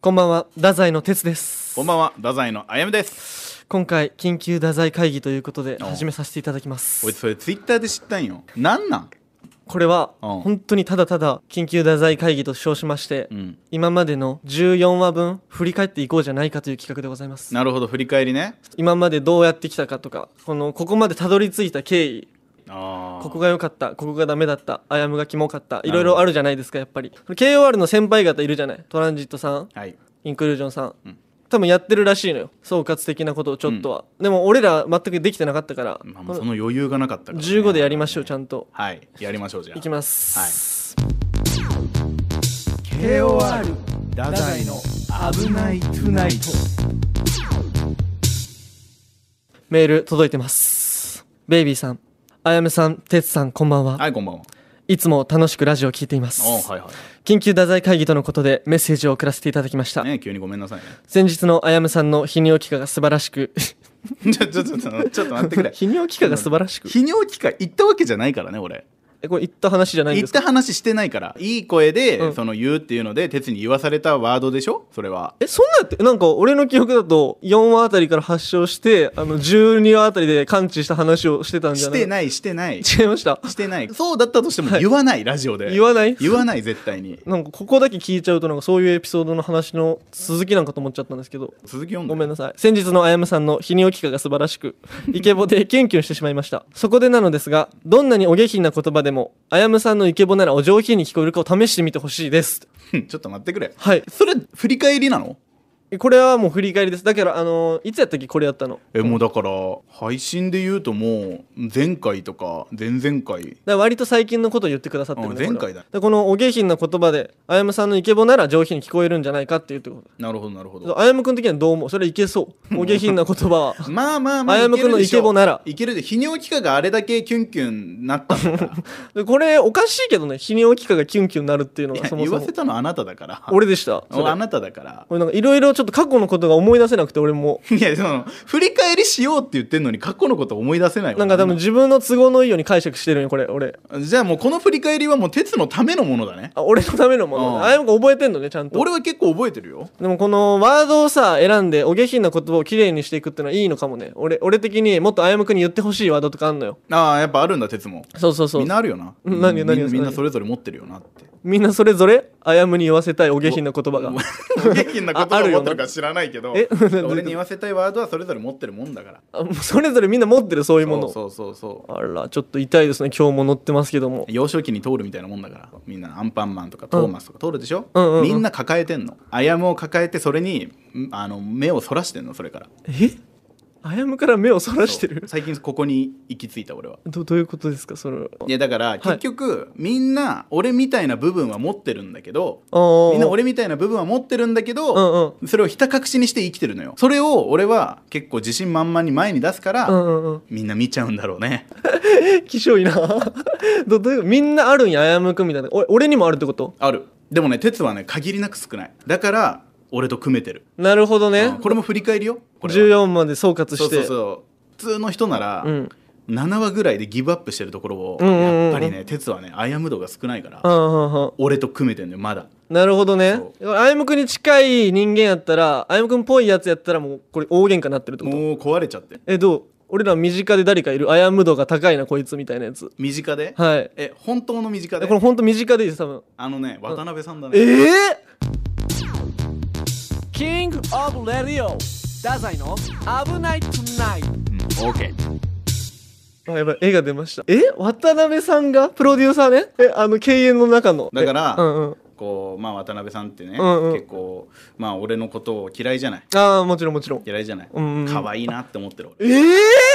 こんばんは、太宰の哲です。 こんばんは、太宰のあやむです。 今回緊急太宰会議ということで始めさせていただきます。 おい、それツイッターで知ったんよ。なんなん？ これは本当にただただ緊急太宰会議と称しまして、今までの14話分振り返っていこうじゃないかという企画でございます。 なるほど、振り返りね。 今までどうやってきたかとか、ここまでたどり着いた経緯、ここが良かった、ここがダメだった、あやむがキモかった、いろいろあるじゃないですか。やっぱり KOR の先輩方いるじゃない。トランジットさん、 はい、 インクルージョンさん、多分やってるらしいのよ、総括的なことをちょっとは、でも俺ら全くできてなかったから、 もうその余裕がなかったから、ね、 15でやりましょう。ちゃんとはいやりましょう。じゃあいきます、 はい、KOR 太宰の危ないトゥナイト。 メール届いてます。ベイビーさん、あやむさん、てつさん、こんばんは。 はい、こんばんは。 いつも楽しくラジオを聞いています。 はいはい、 緊急太宰会議とのことでメッセージを送らせていただきました、 ね、急にごめんなさいね。 先日のあやむさんの泌尿器科が素晴らしくちょっと待ってくれ泌尿器科が素晴らしく泌尿器科行ったわけじゃないからね俺。 これ言った話じゃないんですか？ 言った話してないから。いい声で、その言うっていうので哲に言わされたワードでしょそれは。 そんなやってなんか俺の記憶だと4話あたりから発症して12話あたりで完治した話をしてたんじゃない？ してない。 違いました？ してない。そうだったとしても言わない、ラジオで言わない絶対に。 なんかここだけ聞いちゃうとなんかそういうエピソードの話の続きなんかと思っちゃったんですけど、 続き読んでごめんなさい。先日のあやむさんの泌尿器科が素晴らしくイケボでキュンキュンしてしまいました。そこでなのですが、どんなにお下品な言葉でもあやむさんのイケボならお上品に聞こえるかを試してみてほしいです。 ちょっと待ってくれ。 はい、 それ振り返りなの？ これはもう振り返りです。だからいつやったっけこれやったの？ もうだから配信で言うともう前回とか前々回だから割と最近のことを言ってくださってるね。 前回だ。 このお下品な言葉であやむさんのイケボなら上品に聞こえるんじゃないかっていうってこと。 なるほどなるほど。 あやむくん的にはどう思う？それいけそう？お下品な言葉はまああやむくんのイケボならいけるで。泌尿器科があれだけキュンキュンなったんだからこれおかしいけどね、泌尿器科がキュンキュンなるっていうのがそもそも言わせたのあなただから。 俺でした。 あなただから。 これなんかいろいろちょっと過去のことが思い出せなくて俺もいやその振り返りしようって言ってんのに過去のこと思い出せないわ。 なんか多分自分の都合のいいように解釈してるんよこれ俺。 じゃあもうこの振り返りはもう鉄のためのものだね。 俺のためのもの。あやむが覚えてんのねちゃんと。 俺は結構覚えてるよ。 でもこのワードをさ選んでお下品な言葉をきれいにしていくってのはいいのかもね。俺的にもっとあやむくんに言ってほしいワードとかあんのよ。 やっぱあるんだ鉄も。 そうみんなあるよな。 何みんなそれぞれ持ってるよなって。 みんなそれぞれあやむに言わせたいお下品な言葉がお下品な言葉を持ってるか知らないけど俺に言わせたいワードはそれぞれ持ってるもんだから。 それぞれみんな持ってるそういうもの。 そうあらちょっと痛いですね。今日も載ってますけども幼少期に通るみたいなもんだから。みんなアンパンマンとかトーマスとか通るでしょ、みんな抱えてんの。あやむを抱えてそれに目をそらしてんの。それからあやむから目をそらしてる。 最近ここに行き着いた俺は。 どういうことですかそれは。 いやだから結局、みんな俺みたいな部分は持ってるんだけど、みんな俺みたいな部分は持ってるんだけど、それをひた隠しにして生きてるのよ。それを俺は結構自信満々に前に出すから、みんな見ちゃうんだろうね。 きしょいなどういうみんなあるんやあやむくんみたいな。俺にもあるってこと？ある。 でもね鉄はね限りなく少ない。だから俺と組めてる。 なるほどね、 これも振り返りよ。これ 14まで総括して。 そう普通の人なら、7話ぐらいでギブアップしてるところを、やっぱりね鉄はねあやむ度が少ないから、俺と組めてんのよまだ。 なるほどね。あやむくんに近い人間やったらあやむくんっぽいやつやったらもうこれ大喧嘩になってるってこと？ もう壊れちゃって。 どう？俺ら身近で誰かいる？あやむ度が高いなこいつみたいなやつ。 身近で？ はい。 本当の身近で？ これ本当身近でいいです多分。 渡辺さんだね。 キングオブレディオ太宰の危ないトゥナイト。 オーケー。 やばい絵が出ました。渡辺さんがプロデューサーね。敬遠の中のだからこう渡辺さんってね、結構俺のことを嫌いじゃない。 もちろん嫌いじゃない。可愛いなって思ってる。 可愛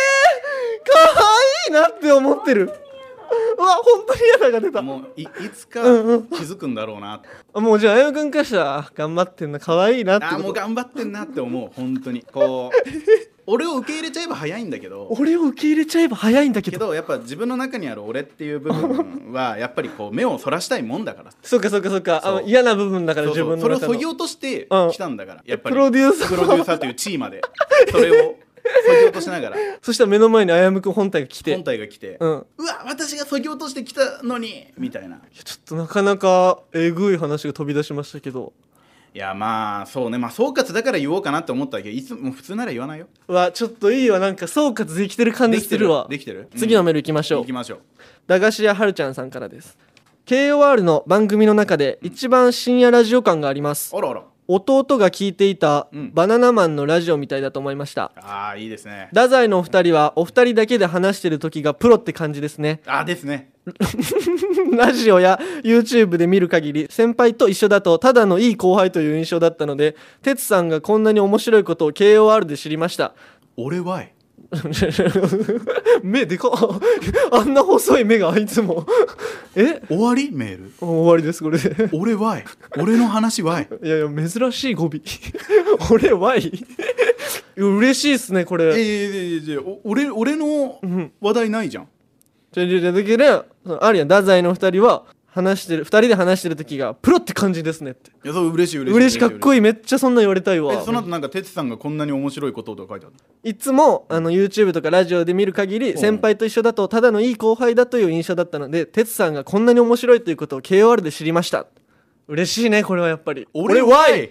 いなって思ってる。うわ本当に嫌なが出た。 もういつか気づくんだろうな。 もうじゃああやむくんからしたら頑張ってんな可愛いなってこと。 もう頑張ってんなって思う本当にこう俺を受け入れちゃえば早いんだけど俺を受け入れちゃえば早いんだけどやっぱ自分の中にある俺っていう部分はやっぱりこう目をそらしたいもんだから。 そうか嫌な部分だから自分の中のそれを削ぎ落としてきたんだから、やっぱりプロデューサーという地位までそれを削ぎ落としながらそしたら目の前にあやむくん本体が来てうわ私が削ぎ落としてきたのにみたいな。 ちょっとなかなかえぐい話が飛び出しましたけど、 いやまあそうね、まあ総括だから言おうかなって思ったけど、いつも普通なら言わないよ。 ちょっといいわ、なんか総括できてる感じするわ。 できてる、 次のメールいきましょう。 行きましょう。 駄菓子屋はるちゃんさんからです。 KOR の番組の中で一番深夜ラジオ感があります。 あらあら。 弟が聞いていたバナナマンのラジオみたいだと思いました。 ああいいですね。 太宰のお二人はお二人だけで話してる時がプロって感じですね。 あですね。 ラジオや YouTube で見る限り先輩と一緒だとただのいい後輩という印象だったので、哲さんがこんなに面白いことを KOR で知りました。 俺はい目でかっあんな細い目があいつも終わりメール終わりですこれで俺はい俺の話はいいやいや珍しい語尾俺はい嬉しいっすねこれ。 俺の話題ないじゃん。 だけどあるやん、太宰の二人は二人で話してる時がプロって感じですねって。 いやそう嬉しいかっこいい、めっちゃそんな言われたいわ。 その後なんか哲さんがこんなに面白いこととか書いてある。 いつもYouTube とかラジオで見る限り先輩と一緒だとただのいい後輩だという印象だったので、哲さんがこんなに面白いということを KOR で知りました。嬉しいねこれはやっぱり。俺ワイ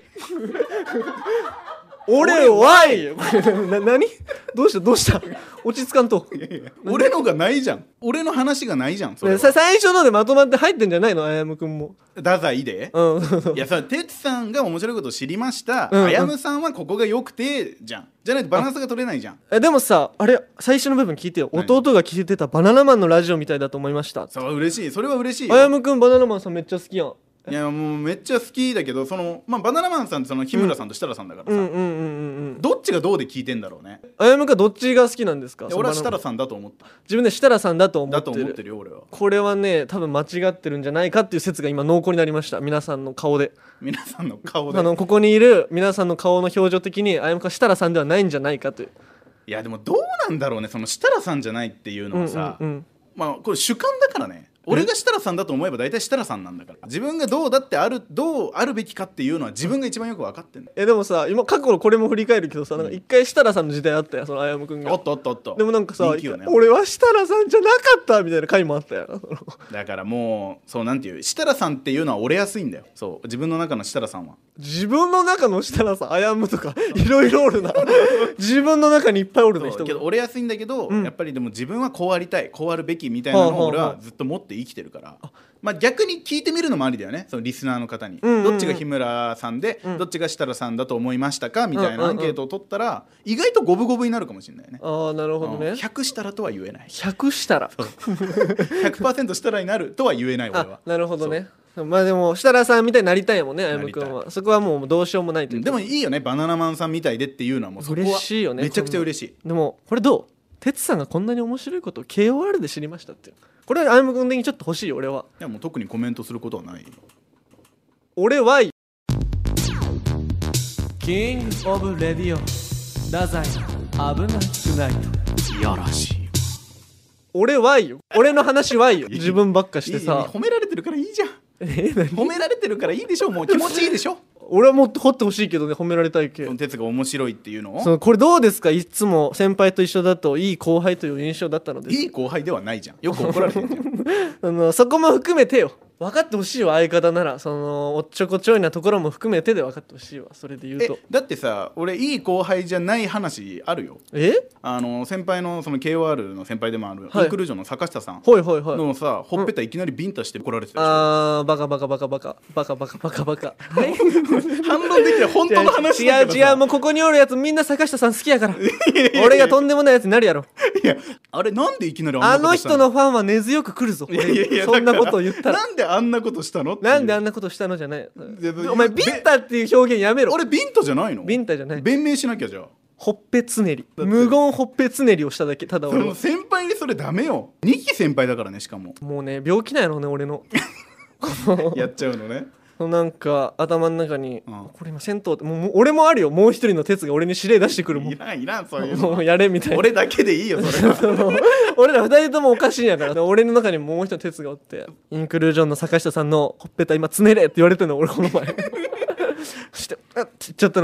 俺ワイ何どうした落ち着かんと。 俺のがないじゃん。俺の話がないじゃん。それ最初のでまとまって入ってんじゃないの、あやむくんも。 太宰で、いやさ、哲さんが面白いことを知りました、あやむさんはここが良くてじゃん。じゃないとバランスが取れないじゃん。 でもさ、あれ最初の部分聞いてよ。弟が聞いてたバナナマンのラジオみたいだと思いました。 そう嬉しい、それは嬉しいよ。 あやむくんバナナマンさんめっちゃ好きやん。 いやもうめっちゃ好きだけど、バナナマンさんって日村さんと設楽さんだからさ、どっちがどうで聞いてんだろうね。 あやむくんどっちが好きなんですか。 俺は設楽さんだと思った。 自分で設楽さんだと思ってるよ俺は。 これはね多分間違ってるんじゃないかっていう説が今濃厚になりました。皆さんの顔でここにいる皆さんの顔の表情的にあやむくんは設楽さんではないんじゃないかという。 いやでもどうなんだろうね、その設楽さんじゃないっていうのはさ、まあこれ主観だからね。俺が設楽さんだと思えば大体設楽さんなんだから、自分がどうあるべきかっていうのは自分が一番よく分かってんだよ。 でもさ、今過去のこれも振り返るけどさ、なんか一回設楽さんの時代あったやん、そのあやむくんが。 あったでもなんかさ、 ね、 俺は設楽さんじゃなかったみたいな回もあったやん。 だからもうそうなんていう、設楽さんっていうのは折れやすいんだよ。そう自分の中の設楽さんは、 自分の中の設楽さん、あやむとかいろいろおるな自分の中にいっぱいおるね人けど折れやすいんだけど、やっぱりでも自分はこうありたい、こうあるべきみたいなのを俺はずっと持って生きてるから、まあ逆に聞いてみるのもありだよね、そのリスナーの方に、どっちが日村さんで、どっちが設楽さんだと思いましたかみたいなアンケートを取ったら、意外と五分五分になるかもしれないね。 ああなるほどね。 100設楽とは言えない。 100設楽 100% 設楽になるとは言えない俺は。 なるほどね。まあでも設楽さんみたいになりたいやもんね、あやむくんは。そこはもうどうしようもないという。 でもいいよね、バナナマンさんみたいでっていうのはもうそこは嬉しいよね。 めちゃくちゃ嬉しい。 でもこれどう、哲さんがこんなに面白いことを KOR で知りましたって、これはあやむくん的にちょっと欲しいよ俺は。 いやもう特にコメントすることはない。 俺はキングオブレディオ太宰危なくないとやらしい。 俺は俺の話はいいよ自分ばっかしてさ。 褒められてるからいいじゃん。褒められてるからいいでしょ、もう気持ちいいでしょ俺はもっと掘ってほしいけどね、褒められたいけ。 その哲が面白いっていうのをこれどうですか。いつも先輩と一緒だといい後輩という印象だったのです。 いい後輩ではないじゃん、よく怒られてるじゃんそこも含めてよ、分かってほしいわ相方なら。おっちょこちょいなところも含めてで分かってほしいわ。それで言うとだってさ、俺いい後輩じゃない話あるよ。先輩のKOR の先輩でもある、インクルージョンの坂下さんのさ、ほっぺたいきなりビンタして怒られてたでしょ。 バカはい反論できない本当の話だけどさ。 違うもうここにおるやつみんな坂下さん好きやから俺がとんでもないやつになるやろ。 いやあれなんでいきなりあの人のファンは根強く来るぞ。そんなことを言ったらなんであんなことしたの。 なんであんなことしたのじゃない。お前ビンタっていう表現やめろ。 俺ビンタじゃないの。 ビンタじゃない。 弁明しなきゃ。じゃあほっぺつねり、無言ほっぺつねりをしただけ。ただ俺は先輩にそれダメよ。2期先輩だからね。しかももうね病気なんやろね俺のやっちゃうのね。 なんか頭の中に、これ今銭湯ってもう俺もあるよ。もう一人の哲が俺に指令出してくるもん。 いらんそういうのもうやれみたいな。 俺だけでいいよそれは俺ら二人ともおかしいんやから俺の中にもう一人の哲がおって、インクルージョンの坂下さんのほっぺた今つねれって言われてるの俺この前してって言っちゃったのね。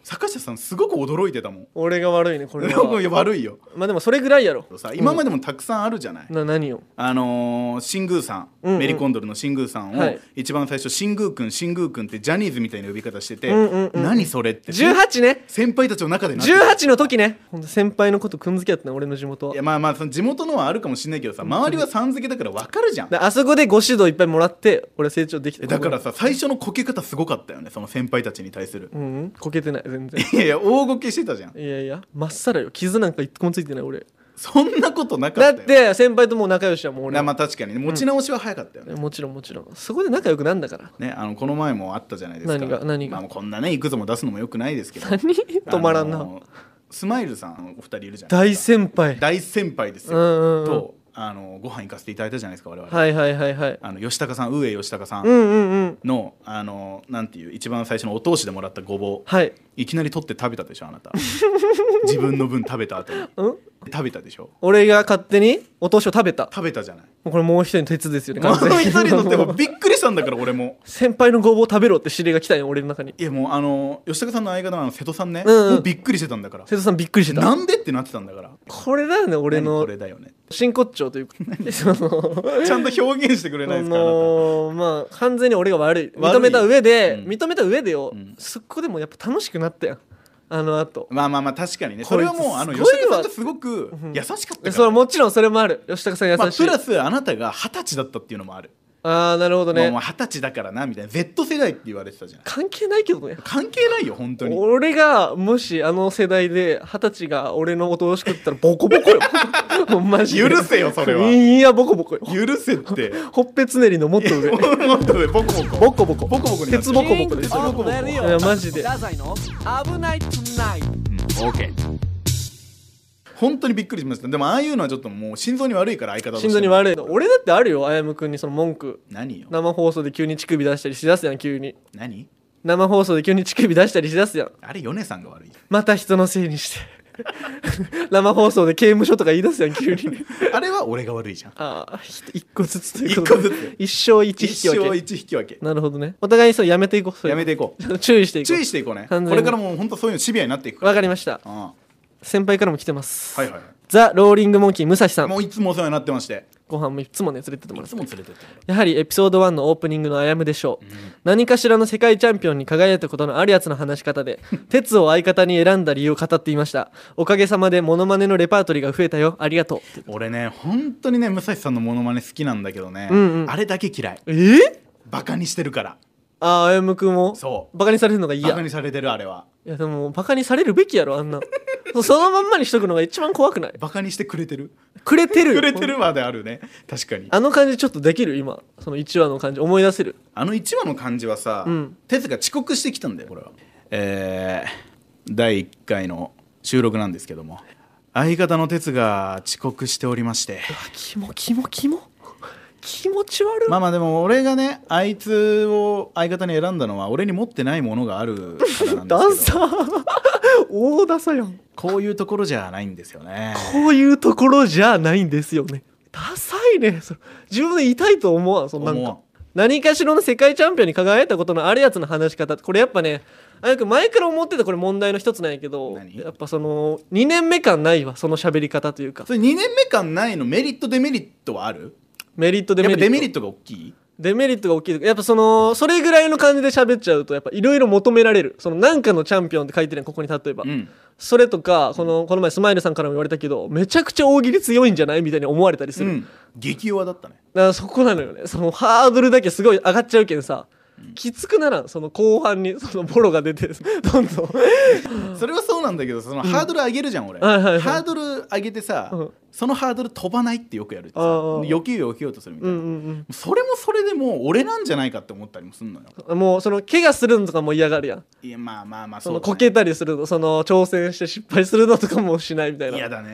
坂下さんすごく驚いてたもん。 俺が悪いねこれは。 いや悪いよ。 まあでもそれぐらいやろさ、今までもたくさんあるじゃない、 何よ。 新宮さん、メリコンドルの新宮さんを一番最初新宮くんってジャニーズみたいな呼び方してて、何それって 18ね、 先輩たちの中でなって 18の時ね、ほんと先輩のことくんづけやったね俺の地元は。 いやまあその地元のはあるかもしれないけどさ、周りはさん付けだから分かるじゃん。 あそこでご指導いっぱいもらって俺成長できて。 だからさ、最初のこけ方すごかったよね、その先輩たちに対する。 こけてない全然。 いやいや大ごけしてたじゃん。 いやいやまっさらよ、傷なんか一個もついてない俺。 そんなことなかったよ。 だって先輩ともう仲良しはもう俺。 まあ確かにね、持ち直しは早かったよね。 もちろんそこで仲良くなんだからね。この前もあったじゃないですか。 何が、 まあ、こんなねいくつも出すのもよくないですけど止まらんな。 スマイルさんお二人いるじゃん。 大先輩ですよ、とご飯行かせていただいたじゃないですか我々。 はい吉高さん、上吉高さんの、なんていう一番最初のお通しでもらったごぼう、 はい、 いきなり取って食べたでしょあなた。自分の分食べた後に食べたでしょ。 俺が勝手にお通しを食べたじゃない。 これもう一人の鉄ですよね。 もう一人のってもびっくりしたんだから俺も。 先輩のごぼう食べろって指令が来たんよ俺の中に。 いやもう吉高さんの相方の瀬戸さんね、もうびっくりしてたんだから。 瀬戸さんびっくりしてた。 なんでってなってたんだから。 これだよね俺のこれだよね真骨頂というかちゃんと表現してくれないですか。 まあ完全に俺が悪い認めた上でよ、そこでもやっぱ楽しくなったやんあの後。 まあ確かにね。それはもう吉高さんがすごく優しかったから、ね。 それもちろんそれもある。吉高さん優しい、 プラスあなたが20歳だったっていうのもある。 ああなるほどね。 もう20歳だからなみたいな Z 世代って言われてたじゃん。 関係ないけどね。 関係ないよ本当に。 俺がもしあの世代で20歳が俺のお通し食ったらボコボコよ。マジで許せよそれは。 いやボコボコよ。 許せって。 ほっぺつねりのもっと上。 もっと上ボコボコボコボコ鉄ボコボコですよ。いやマジで。 太宰の危ないトゥナイト。 オーケー。本当にびっくりしました。でもああいうのはちょっともう心臓に悪いから、相方として心臓に悪いの。俺だってあるよ、あやむくんにその文句。 何よ。 生放送で急に乳首出したりしだすやん。急に何。 生放送で急に乳首出したりしだすやん。 あれ米さんが悪い。 また人のせいにして生放送で刑務所とか言い出すやん急に。 あれは俺が悪いじゃん。 ああ一個ずつということで一生一引き分け。なるほどね。お互いにそうやめていこう。 やめていこう。注意していこうね。これからもう本当そういうのシビアになっていくから。 わかりました。先輩からも来てます。 はい。 ザ・ローリングモンキー武蔵さん。 もういつもお世話になってまして。 ご飯もいつもね連れてってもらって。 いつも連れてってもらって。 やはりエピソード1のオープニングのあやむでしょう。何かしらの世界チャンピオンに輝いたことのあるやつの話し方で鉄を相方に選んだ理由を語っていました。おかげさまでモノマネのレパートリーが増えたよ。ありがとう。 俺ね本当にね武蔵さんのモノマネ好きなんだけどね、あれだけ嫌い。バカにしてるから。 あやむくんもそうバカにされるのが嫌。 バカにされてるあれは。 いやでもバカにされるべきやろあんなそのまんまにしとくのが一番怖くない？ バカにしてくれてるくれてるまであるね。確かにあの感じちょっとできる。今その1話の感じ思い出せる。 あの1話の感じはさ、哲が遅刻してきたんだよこれは。第1回の収録なんですけども、相方の哲が遅刻しておりまして。 キモ気持ち悪い。 まあでも俺がねあいつを相方に選んだのは俺に持ってないものがあるからなんですけど大ダサやん。 こういうところじゃないんですよね。 こういうところじゃないんですよね。ダサいね。自分で言いたいと思わん。なんか何かしらの世界チャンピオンに輝いたことのあるやつの話し方、これやっぱねあやく前から思ってたこれ問題の一つなんやけど、やっぱその2年目感ないわその喋り方というか。 それ2年目感ないのメリットデメリットはある？ メリットデメリット。 やっぱデメリットが大きい？ デメリットが大きい。やっぱそれぐらいの感じで喋っちゃうとやっぱいろいろ求められる。なんかのチャンピオンって書いてるやんここに例えば、それとかこの前スマイルさんからも言われたけどめちゃくちゃ大喜利強いんじゃないみたいに思われたりする、 激弱だったね。 だからそこなのよね。ハードルだけすごい上がっちゃうけんさ、きつくならん。後半にボロが出てどんどんそれはそうなんだけどハードル上げるじゃん俺、ハードル上げてさ、そのハードル飛ばないってよくやるってさ、避けようとするみたいな、それもそれでもう俺なんじゃないかって思ったりもするのよ。 もう怪我するのとかも嫌がるやん。 いやまあそうだね、 こけたりするの挑戦して失敗するのとかもしないみたいな。 嫌だね。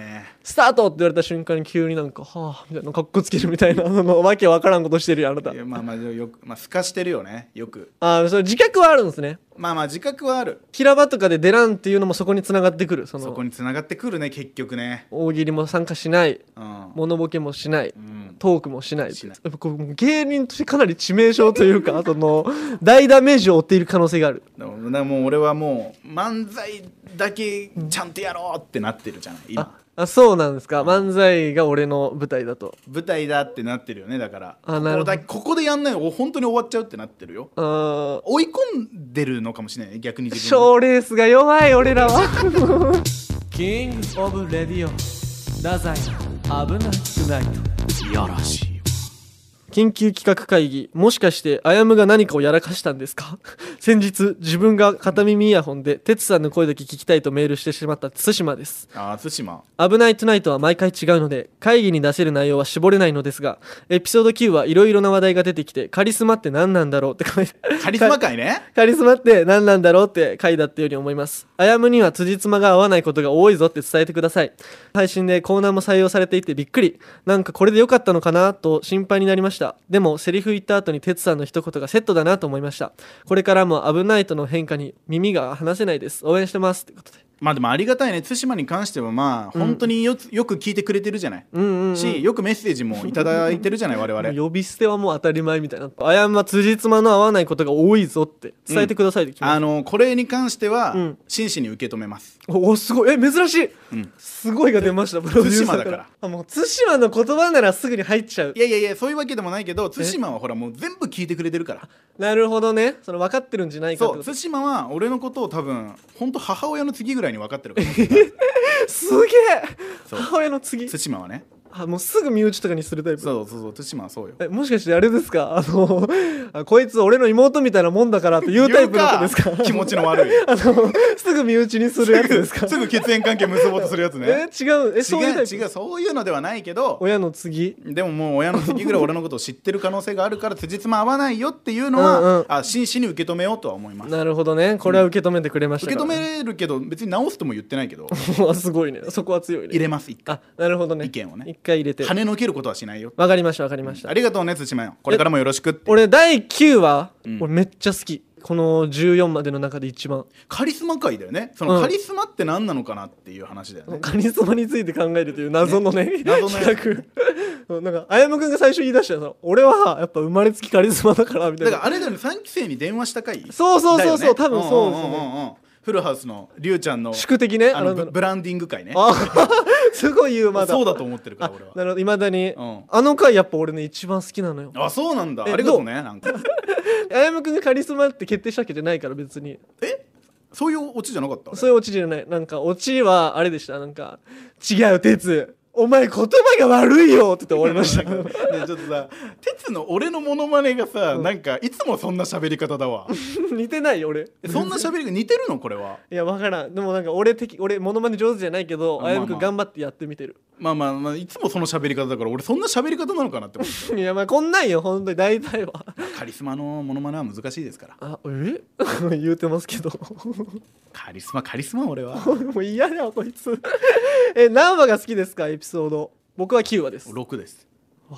スタートって言われた瞬間に急になんかはあみたいな、かっこつけるみたいなわけわからんことしてるよあなた。 いやまあよくすかしてるよねよく。 ああ、それ自覚はあるんですね。 まあ自覚はある。 平場とかで出らんっていうのもそこに繋がってくる。 そこに繋がってくるね結局ね。 大喜利も参加しない、モノボケもしない、トークもしない。やっぱこう芸人としてかなり致命傷というか大ダメージを負っている可能性がある。 だからもう俺はもう漫才だけちゃんとやろうってなってるじゃない今。 そうなんですか。漫才が俺の舞台だと。 舞台だってなってるよね。だからなるほど。 ここでやんないの本当に終わっちゃうってなってるよ。追い込んでるのかもしれない逆に自分賞レースが弱い俺らはキングオブレディオ太宰の危ないトゥナイト。 いやらしい。 緊急企画会議、もしかしてあやむが何かをやらかしたんですか？先日自分が片耳イヤホンで哲さんの声だけ聞きたいとメールしてしまった対馬です。 対馬。 危ないトゥナイトは毎回違うので会議に出せる内容は絞れないのですが、エピソード9はいろいろな話題が出てきて、カリスマって何なんだろうって書いてカリスマ会ねカリスマって何なんだろうって回だったように思います。あやむには辻褄が合わないことが多いぞって伝えてください。配信でコーナーも採用されていてびっくり。なんかこれでよかったのかなと心配になりました。でもセリフ言った後に哲さんの一言がセットだなと思いました。これからも危ないとの変化に耳が離せないです。応援してますってことで。 でもありがたいね。対馬に関しては本当によく聞いてくれてるじゃない、しよくメッセージもいただいてるじゃない我々。 呼び捨てはもう当たり前みたいな。あやむは辻褄の合わないことが多いぞって伝えてくださいってこれに関しては、真摯に受け止めます。 おすごい珍しい、すごいが出ました。プロデューサーからもう対馬の言葉ならすぐに入っちゃう。 いやそういうわけでもないけど、対馬はほらもう全部聞いてくれてるから。 なるほどね。その分かってるんじゃないかってこと。 対馬は俺のことを多分本当母親の次ぐらいに分かってるからすげえ。母親の次。 対馬はね。 もうすぐ身内とかにするタイプ。 そう対馬はそうよ。 もしかしてあれですか、こいつ俺の妹みたいなもんだからっていうタイプの子ですか？ 気持ちの悪いすぐ身内にするやつですか？ すぐ血縁関係結ぼうとするやつね。 違うそういうタイプ。 違うそういうのではないけど、 親の次。 でももう親の次ぐらい俺のことを知ってる可能性があるから辻褄合わないよっていうのは真摯に受け止めようとは思います。 なるほどね。これは受け止めてくれましたから、 受け止めるけど別に直すとも言ってないけどすごいね。そこは強いね。 入れます一回。 なるほどね。 意見をね一回入れて跳ねのけることはしないよ。 わかりましたありがとうね対馬よ。これからもよろしくって。 俺第9話、俺めっちゃ好き。この14までの中で一番カリスマ界だよね。そのカリスマって何なのかなっていう話だよね、 カリスマについて考えるという謎のね企画なんかあやむくんが最初言い出したよ。俺はやっぱ生まれつきカリスマだからみたいな。 だからあれだよね、3期生に電話した回。 そう、多分そうですね。 フルハウスのりゅうちゃんの宿敵ね。 ブランディング会ね。 すごい言う。まだそうだと思ってるから俺は。 なるほど。いまだにあの回やっぱ俺ね一番好きなのよ。 そうなんだ。ありがとうね。なんかあやむくんがカリスマって決定したわけじゃないから別に。 そういうオチじゃなかった？ そういうオチじゃない。なんかオチはあれでした。なんか違う鉄、お前言葉が悪いよって言って終わりました。 ね、ちょっとさ、鉄の俺のモノマネがさ、なんかいつもそんな喋り方だわ。 似てない俺。 そんな喋りが似てるのこれは。 いや分からん。でもなんか俺モノマネ上手じゃないけど、あやむくん頑張ってやってみてる。 まあいつもその喋り方だから俺そんな喋り方なのかなって思って。 いやこんなんよ本当に大体は。 カリスマのモノマネは難しいですから。 言うてますけど。 カリスマ俺は。 もう嫌だよこいつ。何話が好きですかエピソード？僕は9話です。 6です。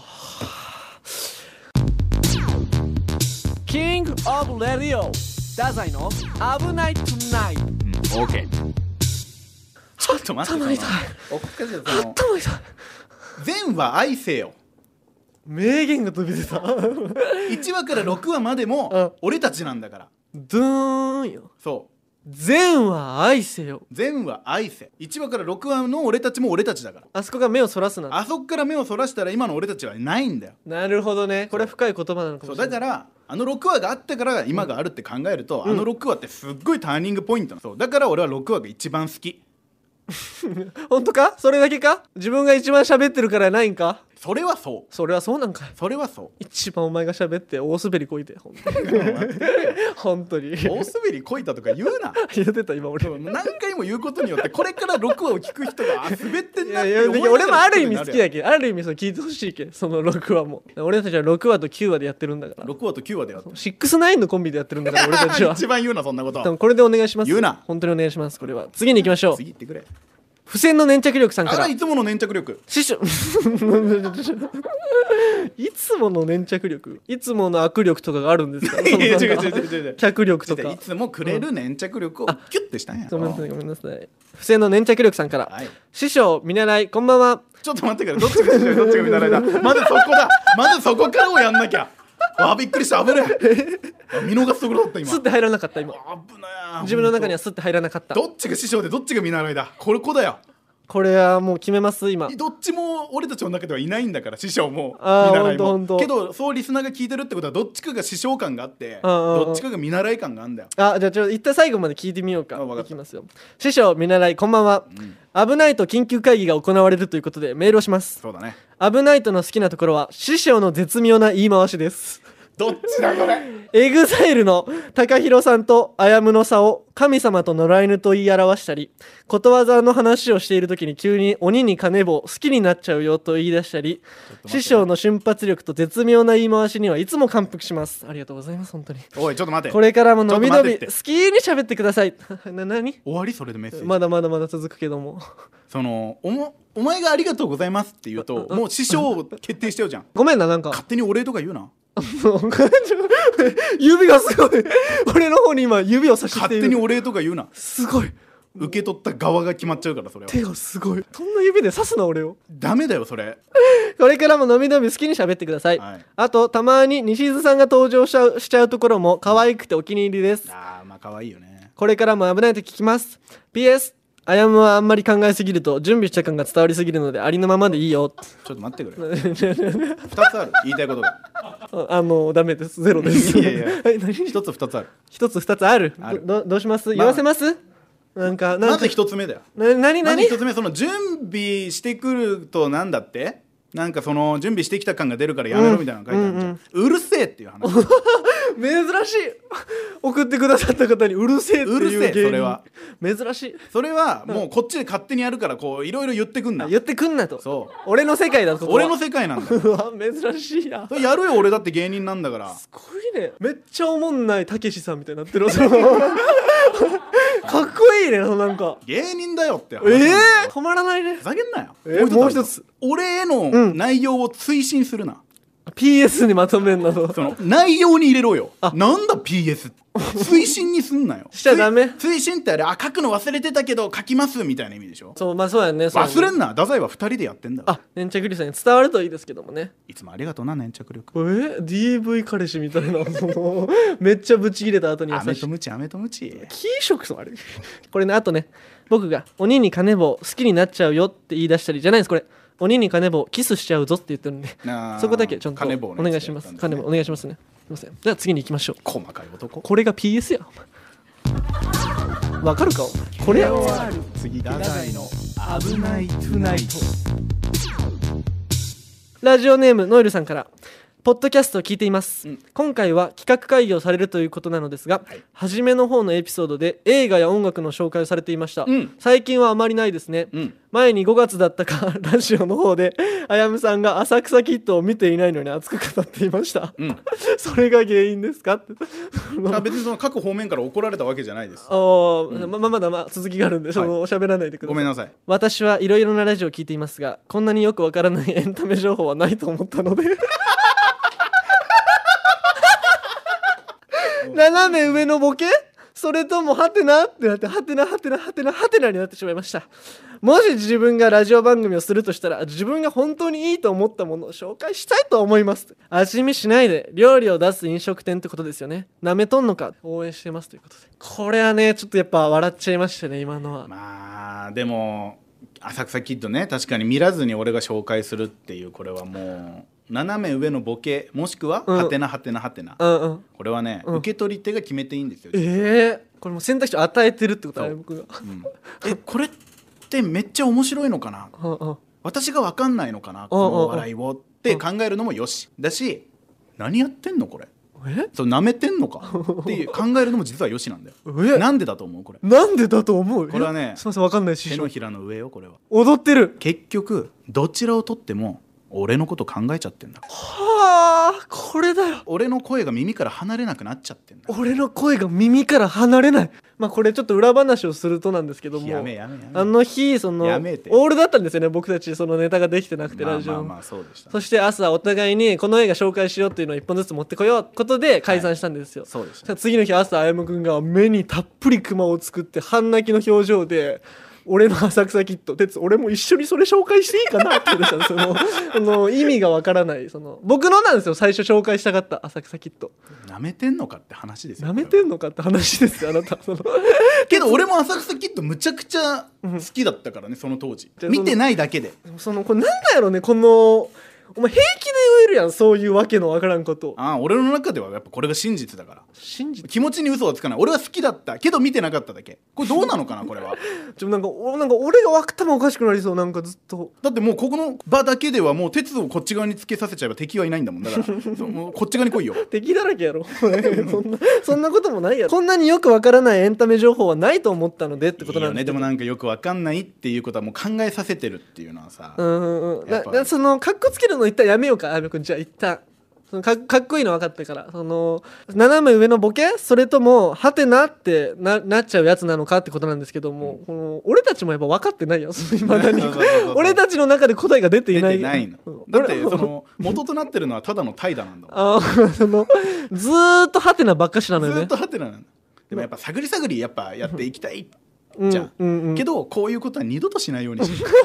キングオブレディオ太宰の危ないトゥナイト。 オーケー。ちょっと待って。頭痛い。全話愛せよ。 名言が飛び出た。 1話から6話までも俺たちなんだから。 ドゥーンよ。 そう。 全話愛せよ。 全話愛せ。1話から6話の俺たちも俺たちだから。 あそこが目をそらすな。 あそこから目をそらしたら今の俺たちはないんだよ。 なるほどね。これは深い言葉なのかもしれない。 そうだからあの6話があったから今があるって考えると、あの6話ってすっごいターニングポイントなの。そうだから俺は6話が一番好き。 本当か？それだけか？自分が一番喋ってるからないんか？ それはそう。 それはそうなんかい。 それはそう。 一番お前が喋って大滑りこいて本当に本当に大滑りこいたとか言うな。 言ってた今俺。 何回も言うことによってこれから6話を聞く人が滑ってんなって思いながら。 俺もある意味好きやけん、ある意味そう聞いてほしいけん、その6話も。俺たちは6話と9話でやってるんだから。 6話と9話でやってる。 6-9のコンビでやってるんだから俺たちは。 一番言うなそんなこと。 これでお願いします。 言うな。 本当にお願いします。これは次に行きましょう。 次行ってくれ。 付箋の粘着力さんからいつもの粘着力師匠いつもの粘着力、いつもの握力とかがあるんですか？ いや違う脚力とかいつもくれる粘着力をキュッてしたんや。 ごめんなさいごめんなさい。付箋の粘着力さんから、 はい、 師匠見習いこんばんは。 ちょっと待ってからどっちが師匠どっちが見習いだまずそこだ、まずそこからをやんなきゃ。わびっくりした、危ない見逃すところだった今。 スッて入らなかった今。 危ない、 自分の中にはスッて入らなかった。 どっちが師匠でどっちが見習いだ、これだよ。 これはもう決めます今。 どっちも俺たちの中ではいないんだから、師匠も見あー習いもほんとけど、そうリスナーが聞いてるってことはどっちかが師匠感があってうんうんうんどっちかが見習い感があるんだよ。 じゃあ一旦最後まで聞いてみようか。 わかったいきますよ。師匠見習いこんばんは、危ないと緊急会議が行われるということでメールをします。 そうだね。 危ないとの好きなところは師匠の絶妙な言い回しです。 どっちだこれエグザイルの高弘さんとあやむの差を神様と野良犬と言い表したり、ことわざの話をしている時に急に鬼に金棒好きになっちゃうよと言い出したり、師匠の瞬発力と絶妙な言い回しにはいつも感服します。ありがとうございます本当に。 おいちょっと待って、 これからものびのび好ちょっと待ってきに喋ってください何終わりそれでメッセージ、 まだ続くけどもそのお前がありがとうございますって言うともう師匠決定しちゃうじゃん。 ごめんな、なんか勝手にお礼とか言うな指がすごい俺の方に今指を差ししている。 勝手にお礼とか言うな。 すごい、 受け取った側が決まっちゃうから、それは手がすごい。そんな指で刺すな俺を。 ダメだよそれ。 これからものびのび好きに喋ってください、 はい、 あとたまに西津さんが登場しちゃうところも可愛くてお気に入りです。 あーまあ可愛いよね。 これからも危ないと聞きます。 PS あやむはあんまり考えすぎると準備した感が伝わりすぎるのでありのままでいいよ。 ちょっと待ってくれ2つある言いたいことがダメです、ゼロですいやいやはい、何 1つ2つある。 一つ二つある。どうします、言わせます。なんかまず1つ目だよ。 何まず1つ目、その準備してくるとなんだって、なんかその準備してきた感が出るからやめろみたいなの書いてあるじゃん、うるせえっていう話珍しい。送ってくださった方にうるせえっていう芸人。 うるせえ、それは珍しい。 それはもうこっちで勝手にやるからこういろいろ言ってくんな。 言ってくんなと。 そう俺の世界だと。 俺の世界なんだようわ珍しいな。 それやるよ、俺だって芸人なんだから。 すごいね。めっちゃおもんないたけしさんみたいになってるかっこいいね、なんか芸人だよって話なんだよ。 止まらないね。 ふざけんなよ。 もう一つ俺への内容を推進するな、 PS にまとめんなと。 その内容に入れろよ。なんだ PS 推進にすんなよしちゃダメ。 推進ってあれ、書くの忘れてたけど書きますみたいな意味でしょ。 そう、まあそうやね。 忘れんな。太宰は2人でやってんだよ。 粘着力さんに伝わるといいですけどもね。 いつもありがとうな粘着力。 DV 彼氏みたいなめっちゃブチ切れた後に優しい。 アメとムチアメとムチ。 キー食あれこれね、あとね、僕が鬼に金棒好きになっちゃうよって言い出したりじゃないです。これ鬼に金棒キスしちゃうぞって言ってるんで、そこだけちょっとお願いします。金棒お願いしますね。すいません。じゃあ次に行きましょう。 細かい男。 これが PS や。わかるかこれや。 次太宰の危ないトゥナイト。 ラジオネームノエルさんから、ポッドキャストを聞いています、今回は企画会議をされるということなのですが、初めの方のエピソードで映画や音楽の紹介をされていました、最近はあまりないですね、前に5月だったかラジオの方であやむさんが浅草キッドを見ていないのに熱く語っていました、それが原因ですかって別にその各方面から怒られたわけじゃないです。 まだ続きがあるんで、喋らないでください。 ごめんなさい。 私はいろいろなラジオを聞いていますが、こんなによくわからないエンタメ情報はないと思ったので斜め上のボケ、それともハテナってなって、ハテナになってしまいました。もし自分がラジオ番組をするとしたら、自分が本当にいいと思ったものを紹介したいと思います。味見しないで料理を出す飲食店ってことですよね。なめとんのか応援してますということで、これはねちょっとやっぱ笑っちゃいましたね、今のは。 まあでも浅草キッドね、確かに見らずに俺が紹介するっていう、これはもう斜め上のボケ、もしくはハテナハテナハテナ、これはね、受け取り手が決めていいんですよ。 これも選択肢を与えてるってことだね、僕が。 これってめっちゃ面白いのかな、私が分かんないのかな、この笑いをって考えるのもよしだし、何やってんのこれ、そう舐めてんのかって考えるのも実はよしなんだよ。なんでだと思うこれ。 なんでだと思う。 これはね、 すいません、分かんないし、 手のひらの上よこれは。 踊ってる。 結局どちらをとっても俺のこと考えちゃってんだ。 はあ、これだよ。 俺の声が耳から離れなくなっちゃってんだ。 俺の声が耳から離れない。まあこれちょっと裏話をするとなんですけども、 やめあの日そのオールだったんですよね、僕たちそのネタができてなくて、ラジオ。 まあそうでした。 そして朝お互いにこの映画紹介しようっていうのを1本ずつ持ってこようことで解散したんですよ、はい、 そうでした。 次の日朝あやむくんが目にたっぷりクマを作って半泣きの表情で、俺の浅草キッド、鉄俺も一緒にそれ紹介していいかなって言ってたんです。その意味がわからない、その僕のなんですよ、最初紹介したかった浅草キッド。 なめてんのかって話ですよ。 なめてんのかって話ですよ、あなた。 けど俺も浅草キッドむちゃくちゃ好きだったからね、その当時。見てないだけで。 これなんだやろね、このお前平気で言えるやん、そういうわけのわからんことを。 俺の中ではやっぱこれが真実だから。気持ちに嘘はつかない。俺は好きだったけど見てなかっただけ。これどうなのかなこれは。 なんか俺が頭おかしくなりそう、なんかずっと。 だってもうここの場だけではもう鉄をこっち側につけさせちゃえば敵はいないんだもん。だからもうこっち側に来いよ。 敵だらけやろ。そんなこともないやろ。こんなによくわからないエンタメ情報はないと思ったのでってことなんですけど。 いいよね。でもなんかよくわかんないっていうことはもう考えさせてるっていうのはさ。 そのカッコつけるの一旦やめようか、あやめくん。じゃあ一旦かっこいいの分かったから、斜め上のボケ、それともハテナって なっちゃうやつなのかってことなんですけども、この俺たちもやっぱ分かってないよ、未だに。俺たちの中で答えが出ていない。 だってその元となってるのはただの怠惰なんだもん。 ずーっとハテナばっかしなのよね。 ずーっとハテナなんだ。でもやっぱ探りやっぱやっていきたいじゃん、けどこういうことは二度としないようにしよう。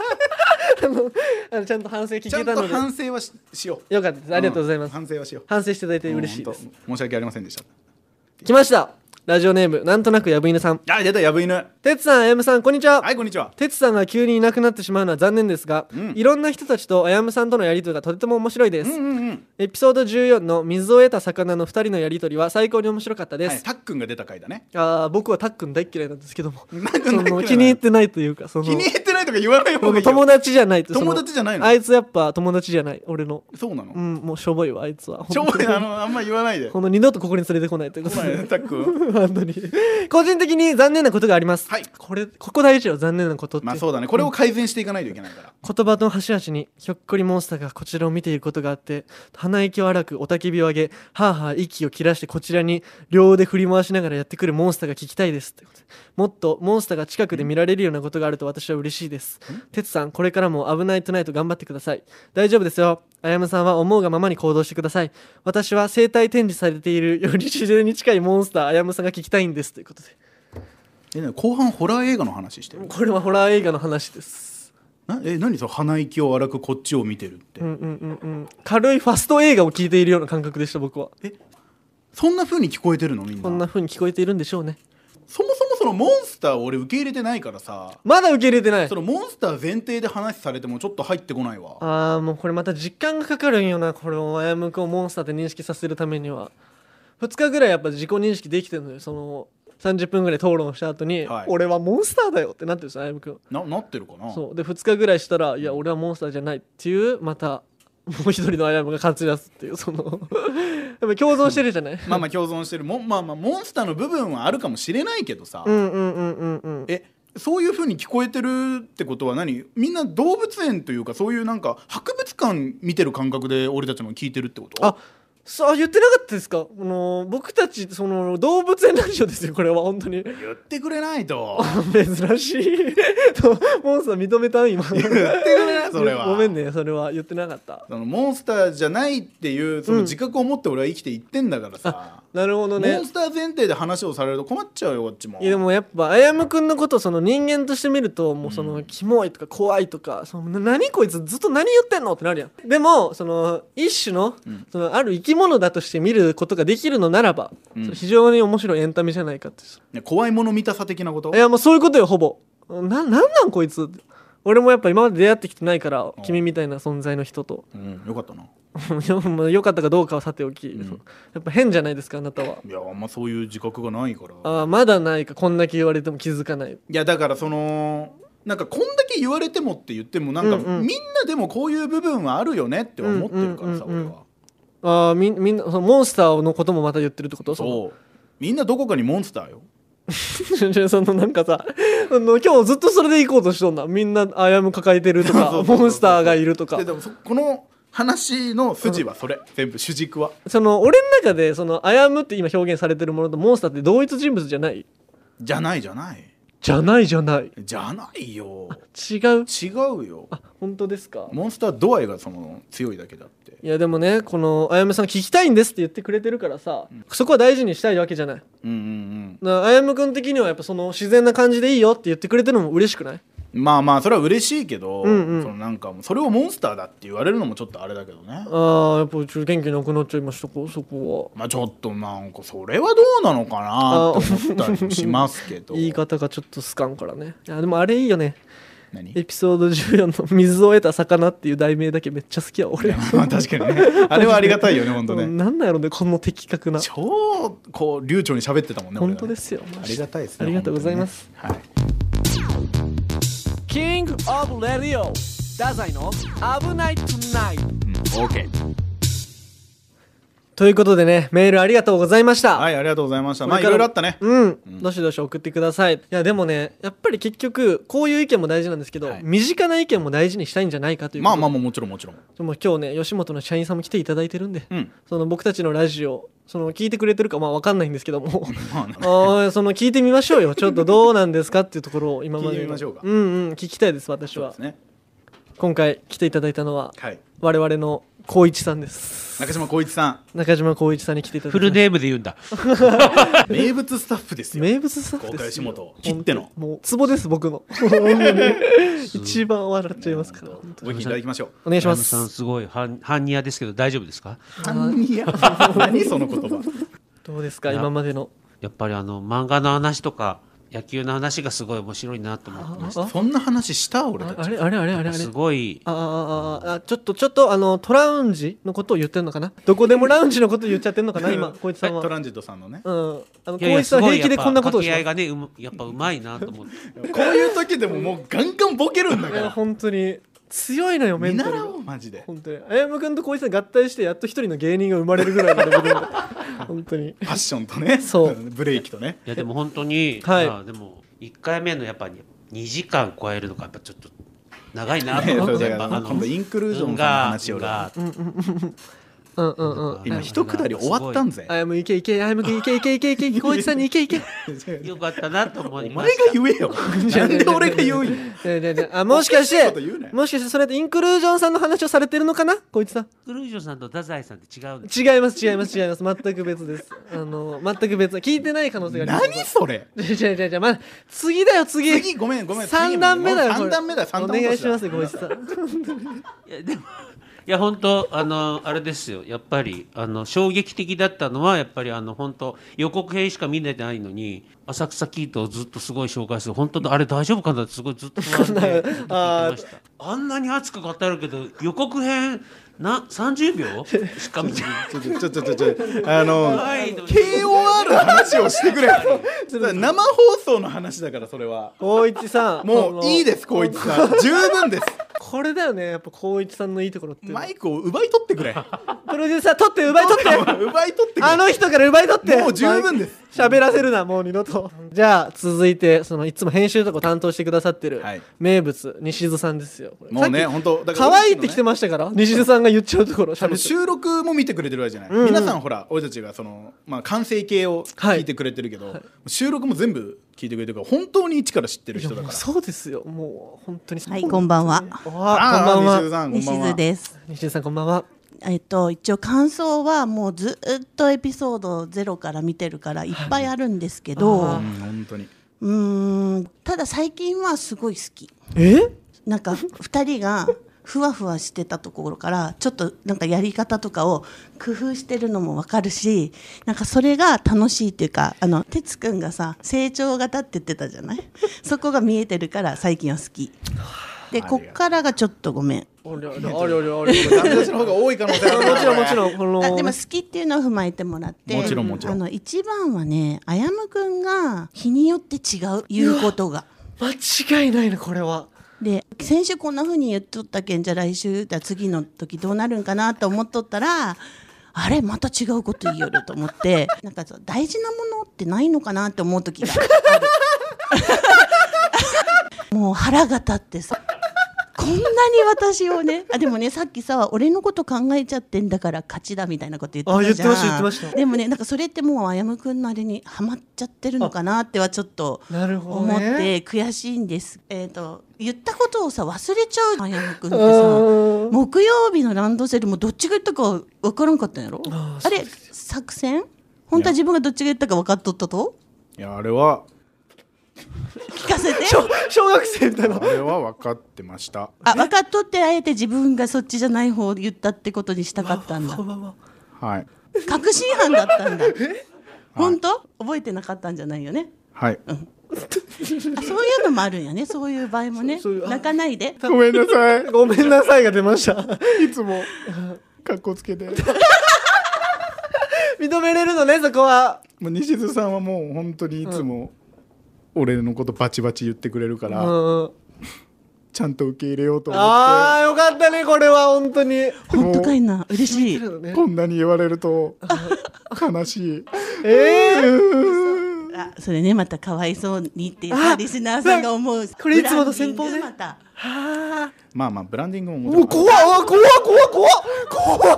ちゃんと反省聞けたので、 ちゃんと反省は しよう。よかったです、ありがとうございます、 反省はしよう。 反省していただいて嬉しいです。 申し訳ありませんでした。 来ました、ラジオネームなんとなくやぶ犬さん。 出たやぶ犬。 鉄さん、あやむさん、こんにちは。 はい、こんにちは。 鉄さんが急にいなくなってしまうのは残念ですが、いろんな人たちとあやむさんとのやりとりがとても面白いです、エピソード14の水を得た魚の2人のやりとりは最高に面白かったです、 はい、たっくんが出た回だね。 僕はたっくん大っ嫌いなんですけども、 気に入ってないというか、気に入ってないとか言わない方がいいよ。 友達じゃないと。 友達じゃないの。 あいつやっぱ友達じゃない、俺の。 そうなの。 もうしょぼいわ、あいつは。 しょぼい、あんま言わないで。 二度とここに連れてこないということで。 たっくん本当に個人的に残念なことがあります。 はい、 ここ大事よ、残念なことって。 まあそうだね、これを改善していかないといけないから。 言葉の端々にひょっこりモンスターがこちらを見ていることがあって、鼻息を荒く雄たけびを上げ、はあはあ息を切らしてこちらに両腕振り回しながらやってくるモンスターが聞きたいですってことで、もっとモンスターが近くで見られるようなことがあると私は嬉しいです。てつさん、これからも危ないトゥナイト頑張ってください。大丈夫ですよ。あやむさんは思うがままに行動してください。私は生体展示されているより自然に近いモンスターあやむさんが聞きたいんですということで。 後半ホラー映画の話してる。 これはホラー映画の話です。 何その鼻息を荒くこっちを見てるって、 軽いファスト映画を聞いているような感覚でした、僕は。 そんな風に聞こえてるの？みんなそんな風に聞こえているんでしょうね。 そもそもそのモンスターを俺受け入れてないからさ。 まだ受け入れてない。 そのモンスター前提で話されてもちょっと入ってこないわ。 もうこれまた時間がかかるんよな、これをあやむくんをモンスターって認識させるためには。2日ぐらいやっぱ自己認識できてるのよ。その30分ぐらい討論した後に、俺はモンスターだよってなってるんですよ、あやむくん。 なってるかな。 そうで2日ぐらいしたら、いや俺はモンスターじゃないっていう、またもう一人のあやむが勝ち出すっていう、そのやっぱ共存してるじゃない。 まあ共存してる。モンスターの部分はあるかもしれないけどさ。そういう風に聞こえてるってことは何？みんな動物園というかそういうなんか博物館見てる感覚で俺たちも聞いてるってこと？ そう言ってなかったですか？僕たちその動物園ラジオですよ、これは本当に。 言ってくれないと。 珍しい。モンスター認めたん今。 言ってくれないそれは。 ごめんね、それは言ってなかった。 モンスターじゃないっていうその自覚を持って俺は生きていってんだからさ。 なるほどね。 モンスター前提で話をされると困っちゃうよこっちも。 いやでもやっぱあやむくんのことをその人間として見ると、もうそのキモいとか怖いとか、何こいつずっと何言ってんのってなるやん。でもその一種の、そのある生き物だとして見ることができるのならば、非常に面白いエンタメじゃないかって。 怖いもの見たさ的なこと？ いやもうそういうことよ、ほぼ。なんこいつ。俺もやっぱ今まで出会ってきてないから、君みたいな存在の人と。 よかったな。 よかったかどうかはさておき、やっぱ変じゃないですか、あなたは。 いやあんまそういう自覚がないから。 まだないか。こんだけ言われても気づかない。 いやだからそのなんかこんだけ言われてもって言ってもなんか、みんなでもこういう部分はあるよねって思ってるからさ、俺は。 みんなそのモンスターのこともまた言ってるってこと？ そう、みんなどこかにモンスターよ。 そのなんかさ今日ずっとそれで行こうとしとんだ。みんなアヤム抱えてるとかモンスターがいるとか。 でもこの話の筋はそれ、全部主軸はその俺の中でそのアヤムって今表現されてるものとモンスターって同一人物じゃない？ じゃないじゃないよ。 違うよ。 あ、本当ですか。 モンスター度合いがその強いだけだって。 いやでもね、このあやむさん聞きたいんですって言ってくれてるからさ、そこは大事にしたいわけじゃない。あやむくん的にはやっぱその自然な感じでいいよって言ってくれてるのも嬉しくない？ まあまあそれは嬉しいけど、そのなんかそれをモンスターだって言われるのもちょっとあれだけどね。 ああ、やっぱ元気なくなっちゃいましたか、そこは。 まあちょっとなんかそれはどうなのかなって思ったりもしますけど言い方がちょっと好かんからね。いやでもあれいいよね。 何？ エピソード14の水を得た魚っていう題名だけめっちゃ好きや俺。 まあ確かにね、あれはありがたいよね本当ね。 なんなんやろね、この的確な。 超こう流暢に喋ってたもんね。 本当ですよ。 ありがたいですね。 ありがとうございます。 はい。 キングオブレディオ太宰の危ないトゥナイト。 オーケー。 ということでね、メールありがとうございました。 はい、ありがとうございました。まあいろいろあったね。 どしどし送ってください。いやでもね、やっぱり結局こういう意見も大事なんですけど、身近な意見も大事にしたいんじゃないかということで。 まあもちろんでも今日ね、吉本の社員さんも来ていただいてるんで、その僕たちのラジオその聞いてくれてるかまあ分かんないんですけどもその聞いてみましょうよ。ちょっとどうなんですかっていうところを今まで聞いてみましょうか。 聞きたいです私は。 そうですね。 今回来ていただいたのは、我々の光一さんです。 中島光一さん。 中島光一さんに来ていただいて、 フルネームで言うんだ。 名物スタッフですよ。 名物スタッフですよ。 公開吉本切ってのもうツボです僕の。一番笑っちゃいますから。 ご意見いただきましょう。 お願いします。 さんすごい般若ですけど大丈夫ですか？ 般若。何その言葉。 どうですか今までの。 やっぱり漫画の話とか野球の話がすごい面白いなと思ってました。 そんな話した俺たち。 あれすごい。 ちょっとトラウンジのことを言ってんのかな。どこでもラウンジのこと言っちゃってんのかな今光一さんは。 トランジットさんのね。 光一さん平気でこんなことをします。 掛け合いがねやっぱうまいなと思って。 こういう時でももうガンガンボケるんだから。 本当に強いのよメンタル。 見習おうマジで。 本当にあやむくんと光一さん合体してやっと一人の芸人が生まれるぐらいのレベルで本当に。 ファッションとね。 そうブレーキとね。 いやでも本当に。 はい。 でも1回目のやっぱり2時間超えるのがやっぱちょっと長いなと思って。 今度インクルージョンの話を。今一くだり終わったんぜ。 あやむいけあやむくんいけ光一さんにいけよかったなと思いました。お前が言えよ。なんで俺が言うんや。もしかしてそれってインクルージョンさんの話をされてるのかな光一さん。 インクルージョンさんと太宰さんって違う？ 違います全く別です。全く別。聞いてない可能性があります。 何それ。 違う、まあ次だよ次。 ごめん 3段目だよ。 3段目だ。 お願いします光一さん。 いやでもいや本当あれですよ。やっぱり衝撃的だったのはやっぱり本当予告編しか見れてないのに浅草キートをずっとすごい紹介する。本当あれ大丈夫かなってすごいずっと不安で聞いてました。あんなに熱く語るけど予告編30秒しか見てない。 KOR の話をしてくれ。生放送の話だからそれは。 光一さんもういいです光一さん。十分です。 これだよねやっぱ光一さんのいいところって。 マイクを奪い取ってくれ。 プロデューサー奪い取ってあの人から奪い取って。 もう十分です。 喋らせるなもう二度と。じゃあ続いていつも編集とか担当してくださってる名物西津さんですよ。 もうね本当可愛いって来てましたから西津さんが言っちゃうところ。 収録も見てくれてるわけじゃない。皆さんほら俺たちが完成形を聞いてくれてるけど、収録も全部聞いてくれてるから本当に一から知ってる人だから。 そうですよもう本当に。 はいこんばんは。 こんばんは。 西津です。 西津さんこんばんは。 一応感想はもうずっとエピソード0から見てるからいっぱいあるんですけど、 本当にただ最近はすごい好き。なんか2人がふわふわしてたところからちょっとなんかやり方とかを工夫してるのも分かるし、なんかそれが楽しいっていうか哲くんがさ成長型って言ってたじゃない。そこが見えてるから最近は好きで、こっからがちょっとごめん。 ダメ出しの方が多い可能性ある。 もちろんでも好きっていうのを踏まえてもらって。 もちろん一番はねあやむくんが日によって違う言うことが間違いないねこれは。 で先週こんな風に言っとったけんじゃ来週次の時どうなるんかなと思っとったらあれまた違うこと言いよると思ってなんか大事なものっってないのかなって思う時があるもう腹が立ってさこんなに私をねでもねさっきさ俺のこと考えちゃってんだから勝ちだみたいなこと言ってたじゃん。 言ってましたでもねなんかそれってもうあやむくんのあれにハマっちゃってるのかなってはちょっと思って悔しいんです。言ったことをさ忘れちゃうあやむくんってさ木曜日のランドセルもどっちが言ったか分からんかったんやろ。あれ作戦本当は自分がどっちが言ったか分かっとったと。 いやあれは聞かせて小学生みたいな。 あれは分かってました。 分かっとってあえて自分がそっちじゃない方を言ったってことにしたかったんだ。 はい確信犯だったんだ。本当覚えてなかったんじゃないよね。 はい、 そういうのもあるんやね。そういう場合もね泣かないでごめんなさいごめんなさいが出ましたいつもかっこつけて認めれるのねそこは。 もう西津さんはもう本当にいつも俺のことバチバチ言ってくれるから、ちゃんと受け入れようと思って。 ああよかったねこれは本当に。 本当かいな嬉しい。 こんなに言われると悲しいそれねまたかわいそうにってさリスナーさんが思う。 これいつもの先方ね。 またまあブランディングももちろん怖っうわ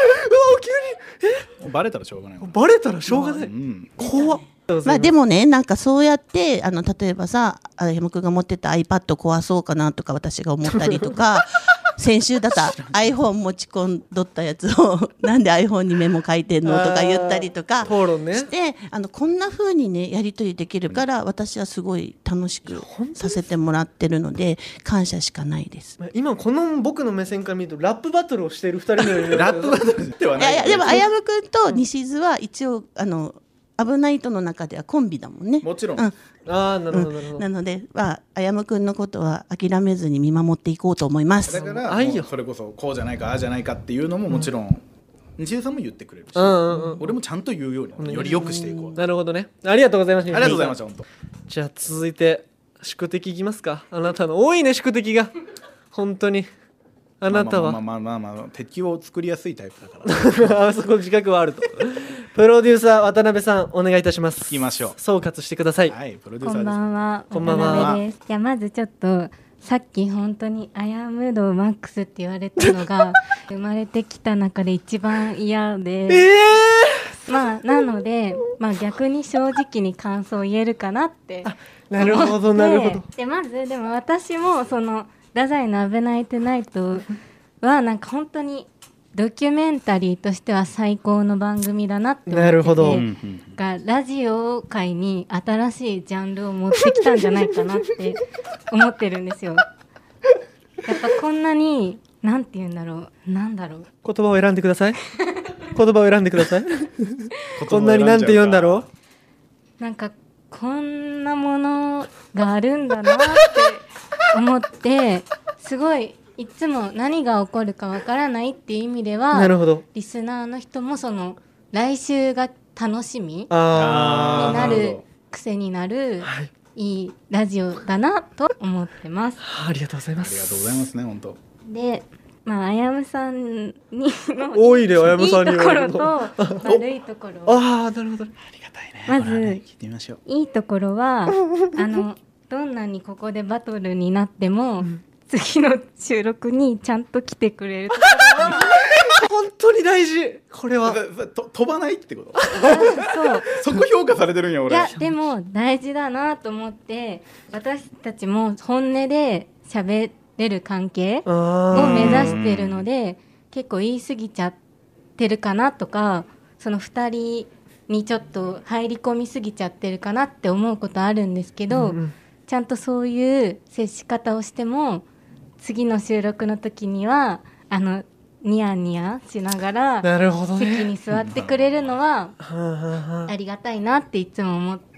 急にバレたらしょうがない。 バレたらしょうがない、怖っ。 でもねなんかそうやって例えばさあやむくんが持ってた iPad 壊そうかなとか私が思ったりとか先週だった iPhone 持ち込んどったやつをなんで iPhone にメモ書いてんのとか言ったりとかしてこんな風にねやり取りできるから私はすごい楽しくさせてもらってるので感謝しかないです。 今この僕の目線から見るとラップバトルをしている2人のようにラップバトルではない。 いやでもあやむくんと西津は一応危ないとの中ではコンビだもんね。 もちろん、 なるほどなるほど。 なのであやむくんのことは諦めずに見守っていこうと思います。 だからもうそれこそこうじゃないかああじゃないかっていうのももちろん西津さんも言ってくれるし、俺もちゃんと言うようにより良くしていこう。 なるほどね。ありがとうございました。 ありがとうございました本当。 じゃあ続いて宿敵いきますか。あなたの多いね宿敵が本当に。あなたは敵を作りやすいタイプだからあそこ自覚はあるとプロデューサー渡辺さんお願いいたします。 聞きましょう。 総括してください。 はい、プロデューサーです。 こんばんは。 こんばんは。 渡辺です。じゃあまずちょっとさっき本当にアヤム度マックスって言われたのが生まれてきた中で一番嫌で、なので逆に正直に感想を言えるかなってなるほどなるほど。 でまずでも私もその太宰の危ないトゥナイトはなんか本当にドキュメンタリーとしては最高の番組だなって思ってて、 なるほど。 がラジオ界に新しいジャンルを持ってきたんじゃないかなって思ってるんですよ。やっぱこんなになんて言うんだろう言葉を選んでください言葉を選んでくださいこんなになんて言うんだろうなんかこんなものがあるんだなって思ってすごいいつも何が起こるかわからないっていう意味ではなるほど。 リスナーの人もその来週が楽しみにななる癖になるいいラジオだなと思ってます。 ありがとうございます。 ありがとうございますね本当。 であやむさんにの多いであやむさんにいいところと悪いところなるほど。ありがたいね。 まず、 聞いてみましょう。 いいところはどんなにここでバトルになっても、次の収録にちゃんと来てくれるところは本当に大事。これは飛ばないってことそうそこ評価されてるんや俺。 いやでも大事だなと思って私たちも本音で喋れる関係を目指してるので結構言い過ぎちゃってるかなとかその2人にちょっと入り込みすぎちゃってるかなって思うことあるんですけど、ちゃんとそういう接し方をしても次の収録の時にはニヤニヤしながら席に座ってくれるのはありがたいなっていつも思っ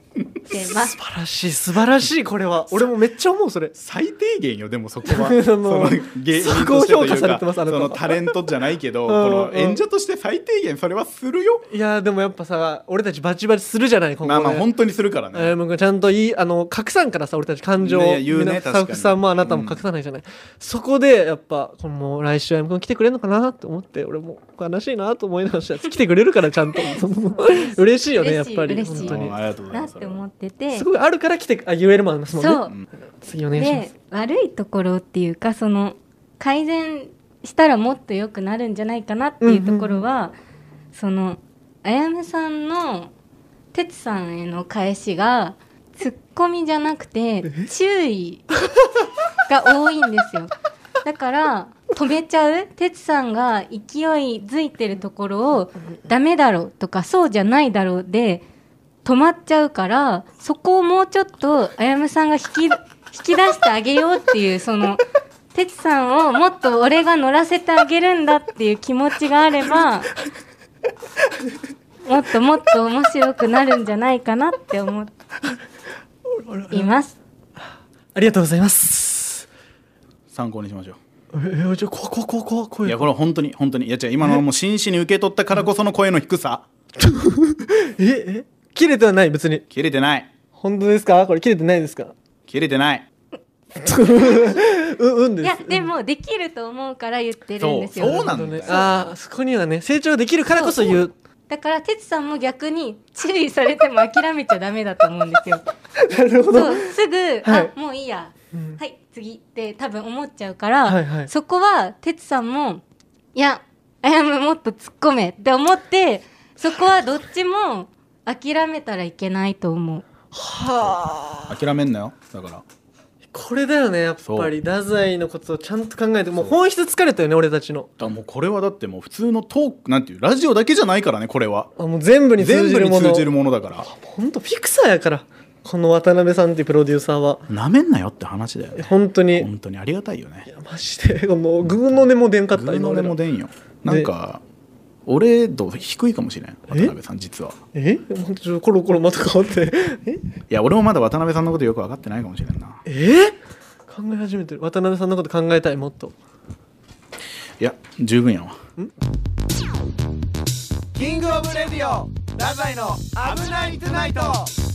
素晴らしい素晴らしい。これは俺もめっちゃ思う。それ最低限よ。でもそこはその芸人としてというかそのタレントじゃないけどこの演者として最低限それはするよ。 いやでもやっぱさ俺たちバチバチするじゃない。 まあまあ本当にするからね。 ちゃんと隠さんからさ俺たち感情を、 ね、言うね、 スタッフさんもあなたも隠さないじゃない、そこでやっぱもう来週あやむくん来てくれるのかなって思って俺も悲しいなと思いながら来てくれるからちゃんと嬉しいよねやっぱり。 嬉しい本当にありがとうございますなって思ってて、 すごいあるから来て言えるもんありますもんね。 そう、 次お願いします。 で悪いところっていうかその改善したらもっと良くなるんじゃないかなっていうところは、そのあやむさんのてつさんへの返しがツッコミじゃなくて注意が多いんですよ。だから止めちゃう、てつさんが勢いづいてるところをダメだろうとかそうじゃないだろうで止まっちゃうから、そこをもうちょっとあやむさんが引き出してあげようっていう、そのてつさんをもっと俺が乗らせてあげるんだっていう気持ちがあればもっともっと面白くなるんじゃないかなって思います。 ありがとうございます。 参考にしましょう。 じゃあこいやこれ本当にいや違う今のはもう真摯に受け取ったからこその声の低さ。 切れてはない。別に切れてない。 本当ですか？これ切れてないですか？ 切れてないです。 いやでもできると思うから言ってるんですよ。 そうなんだよ。 あそこにはね成長できるからこそ言う。 だからてつさんも逆に注意されても諦めちゃダメだと思うんですよ。 なるほど。 そうすぐ、 はいもういいや、はい次って多分思っちゃうから、 はいはい、 そこはてつさんもいやあやむもっと突っ込めって思ってそこはどっちも諦めたらいけないと思う。 はあ諦めんなよ。だからこれだよねやっぱり太宰のことをちゃんと考えてもう本質疲れたよね俺たちの。 だもうこれはだってもう普通のトークなんていうラジオだけじゃないからね。これはもう全部に通じるものだから本当フィクサーやからこの渡辺さんっていうプロデューサーは。 なめんなよって話だよね。 本当にありがたいよね。 いやマジでもうグーの音も出んかった。 グーの音も出んよ。なんか俺度低いかもしれん渡辺さん実は。 本当コロコロまた変わっていや俺もまだ渡辺さんのことよく分かってないかもしれんな。 考え始めてる。渡辺さんのこと考えたいもっと。 いや十分やわ。 キングオブレディオ太宰の危ないトゥナイト。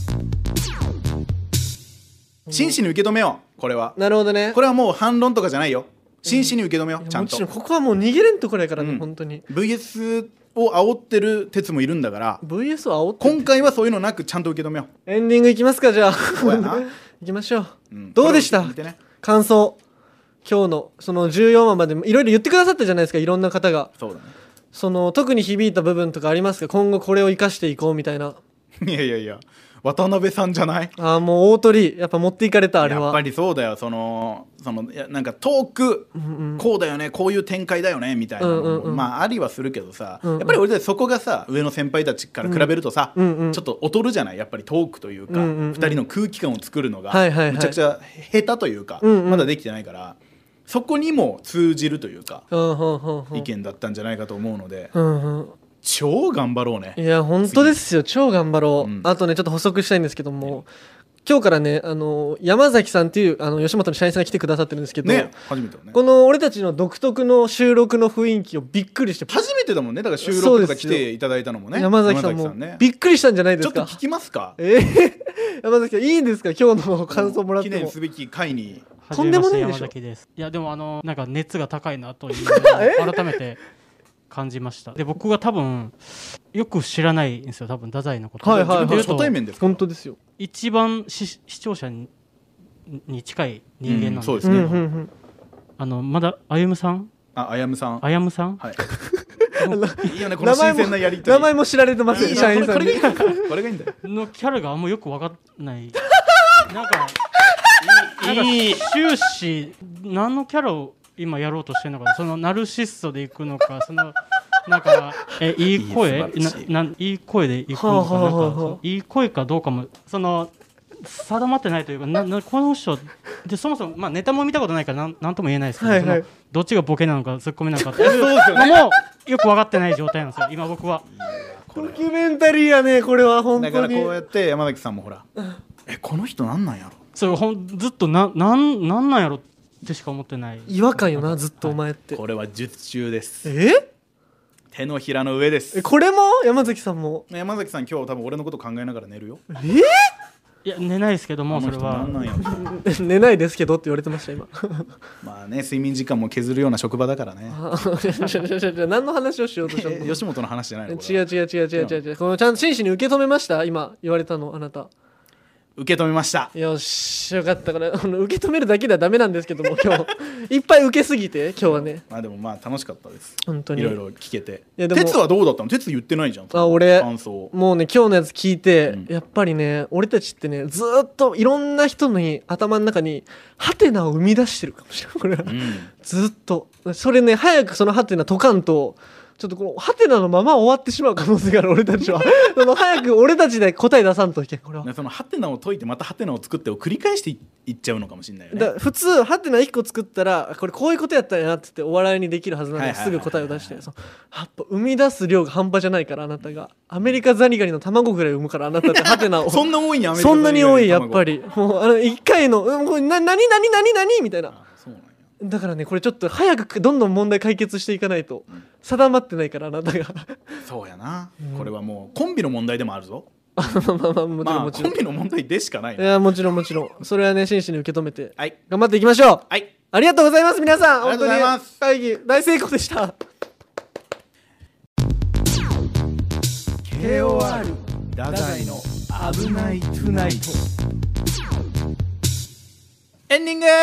真摯に受け止めよう。これはなるほどね。 これはもう反論とかじゃないよ。真摯に受け止めよう。ちゃんともちろんここはもう逃げれんところやからね、本当に VS を煽ってる鉄もいるんだから VS を煽って今回はそういうのなくちゃんと受け止めよう。 エンディングいきますか。じゃあそうやないきましょう、どうでした、 ね、 感想。今日のその14話までいろいろ言ってくださったじゃないですか。いろんな方がそうだね。 その特に響いた部分とかありますか？今後これを生かしていこうみたいな。 いや渡辺さんじゃない？ もう大鳥やっぱ持っていかれた。あれはやっぱりそうだよ。いやなんかトーク、こうだよねこういう展開だよねみたいなのも、まあありはするけどさ、やっぱり俺たちそこがさ上の先輩たちから比べるとさ、ちょっと劣るじゃない。やっぱりトークというか、2人の空気感を作るのがむちゃくちゃ下手というか、まだできてないから、そこにも通じるというか、意見だったんじゃないかと思うので、超頑張ろうね。 いや本当ですよ。超頑張ろう、あとねちょっと補足したいんですけども、今日からね山崎さんっていう吉本の社員さんが来てくださってるんですけど、 初めてだね。 この俺たちの独特の収録の雰囲気をびっくりして。 初めてだもんね。だから収録とか来ていただいたのもね。 山崎さんもびっくりしたんじゃないですか。 ちょっと聞きますか。 山崎さんいいんですか？今日の感想もらっても。 記念すべき回に。 とんでもないでしょ。 山崎です。いやでもなんか熱が高いなという改めて感じました。で僕が多分よく知らないんですよ。多分太宰のこと。 初対面ですか？ 本当ですよ。 一番視聴者に近い人間なんです。 そうですね。 まだあゆむさん？ あやむさん。 あやむさん？ はい。いいよねこの新鮮なやり取り。 名前も知られてます。社員さんに。 これがいいんだよ。 のキャラがあんまよく分かんない。なんか終始何のキャラを今やろうとしてるのか、そのナルシストでいくのか、そのなんかいい声いい声でいくのか、なんかいい声かどうかもその定まってないというか、この人でそもそもまあネタも見たことないからなんとも言えないですけど、そのどっちがボケなのかツッコミなのかっていうのもよく分かってない状態なんですよ今僕は。 これドキュメンタリーやねこれは本当に。 だからこうやって山崎さんもほらこの人なんなんやろ、 そうずっとなんなんやろってしか思ってない。 違和感よなずっとお前って、 これは術中です。 え手のひらの上です。 これも山崎さんも。 山崎さん今日多分俺のこと考えながら寝るよ。 いや寝ないですけども、それは寝ないですけどって言われてました今まあね、睡眠時間も削るような職場だからね。 何の話をしようとしたの吉本の話じゃないの？ 違うこのちゃんと真摯に受け止めました今言われたのあなた。 受け止めました。 よしよかった。これ受け止めるだけではダメなんですけども今日いっぱい受けすぎて今日はね。 まあでもまあ楽しかったです。 本当にいろいろ聞けて。 いやでも鉄はどうだったの？鉄言ってないじゃん。 俺感想もうね今日のやつ聞いて、やっぱりね俺たちってねずっといろんな人の頭の中にハテナを生み出してるかもしれないこれは、ずっとそれね早くそのハテナ解かんとちょっとこのハテナのまま終わってしまう可能性がある俺たちは早く俺たちで答え出さんといけんこれは。 そのハテナを解いてまたハテナを作ってを繰り返していっちゃうのかもしれないよね。 だ普通ハテナ1個作ったらこれこういうことやったんやなって言ってお笑いにできるはずなのにすぐ答えを出して、やっぱ生み出す量が半端じゃないからあなたがアメリカザリガニの卵ぐらい産むからあなたってハテナをそんな多いんや。 そんなに多いやっぱりもう1回の何みたいな。だからねこれちょっと早くどんどん問題解決していかないと、定まってないからあなたがそうやな、これはもうコンビの問題でもあるぞもちろんもちろん、 コンビの問題でしかない。いやもちろんそれはね真摯に受け止めて、 はい、 頑張っていきましょう。 はい、 ありがとうございます皆さん。 ありがとうございます。 会議大成功でした。 KOR 太宰の危ないトゥナイト。エンディング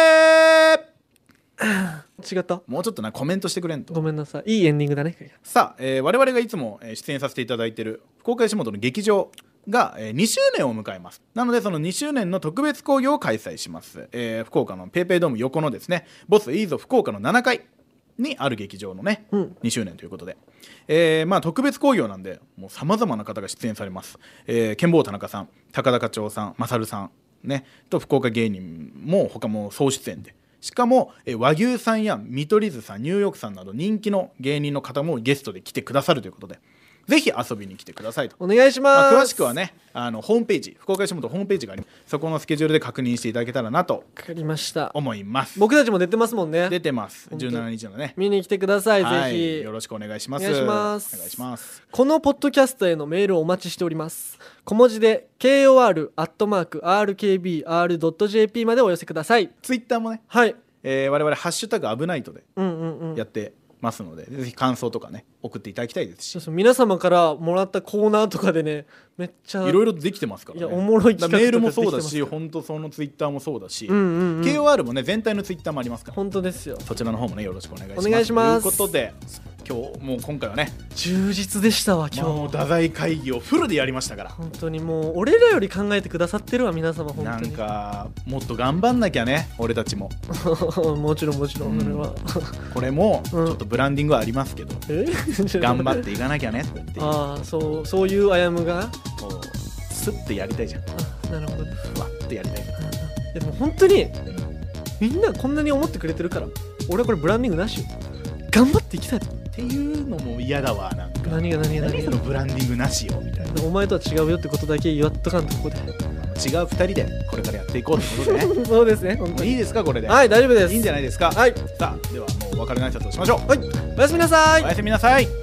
違った。 もうちょっとなコメントしてくれんと。 ごめんなさい。いいエンディングだね。 さあ、我々がいつも出演させていただいている福岡吉本の劇場が2周年を迎えます。なのでその2周年の特別興行を開催します。福岡のペイペイドーム横のですねボスいいぞ福岡の7階にある劇場のね、2周年ということで、まあ特別興行なんでもうさまざまな方が出演されます。剣坊田中さん、高田課長さん、マサルさんねと福岡芸人も他も総出演で、しかも和牛さんや見取り図さん、ニューヨークさんなど人気の芸人の方もゲストで来てくださるということで、ぜひ遊びに来てくださいと。 お願いします。 詳しくはねホームページ、福岡吉本ホームページがあります。そこのスケジュールで確認していただけたらなとわかりました思います。 僕たちも出てますもんね。 出てます。17日のね、 見に来てください、 はい、 ぜひよろしくお願いします。 お願いします。 お願いします。 このポッドキャストへのメールをお待ちしております。小文字で KOR@RKBR.jp までお寄せください。 ツイッターもね、 はい、 我々ハッシュタグ危ないとでやってますので、ぜひ感想とかね送っていただきたいですし、 そう皆様からもらったコーナーとかでねめっちゃいろいろできてますからね。 いやおもろい企画とかメールもそうだし、本当そのツイッターもそうだし、KOR もね全体のツイッターもありますから、 本当ですよ。 そちらの方もねよろしくお願いします。 お願いします。 ということで今回はね充実でしたわ。今日もう太宰会議をフルでやりましたから、 本当にもう俺らより考えてくださってるわ皆様。本当になんかもっと頑張んなきゃね俺たちももちろんそれはこれもちょっとブランディングはありますけど、頑張っていかなきゃねっていうああそういうあやむがこうスッてやりたいじゃん。 なるほどね。 ふわってやりたい。 でも本当にみんなこんなに思ってくれてるから俺はこれブランディングなしよ。頑張っていきたいっていうのも嫌だわ。なんか何がそのブランディングなしよみたいな。 お前とは違うよってことだけ言わっとかんとここで違う2人でこれからやっていこうってことでねそうですね。本当にいいですかこれで。 はい大丈夫です。 いいんじゃないですか。 はい。 さあではもうお別れの挨拶をしましょう。 はい、おやすみなさい。 おやすみなさい。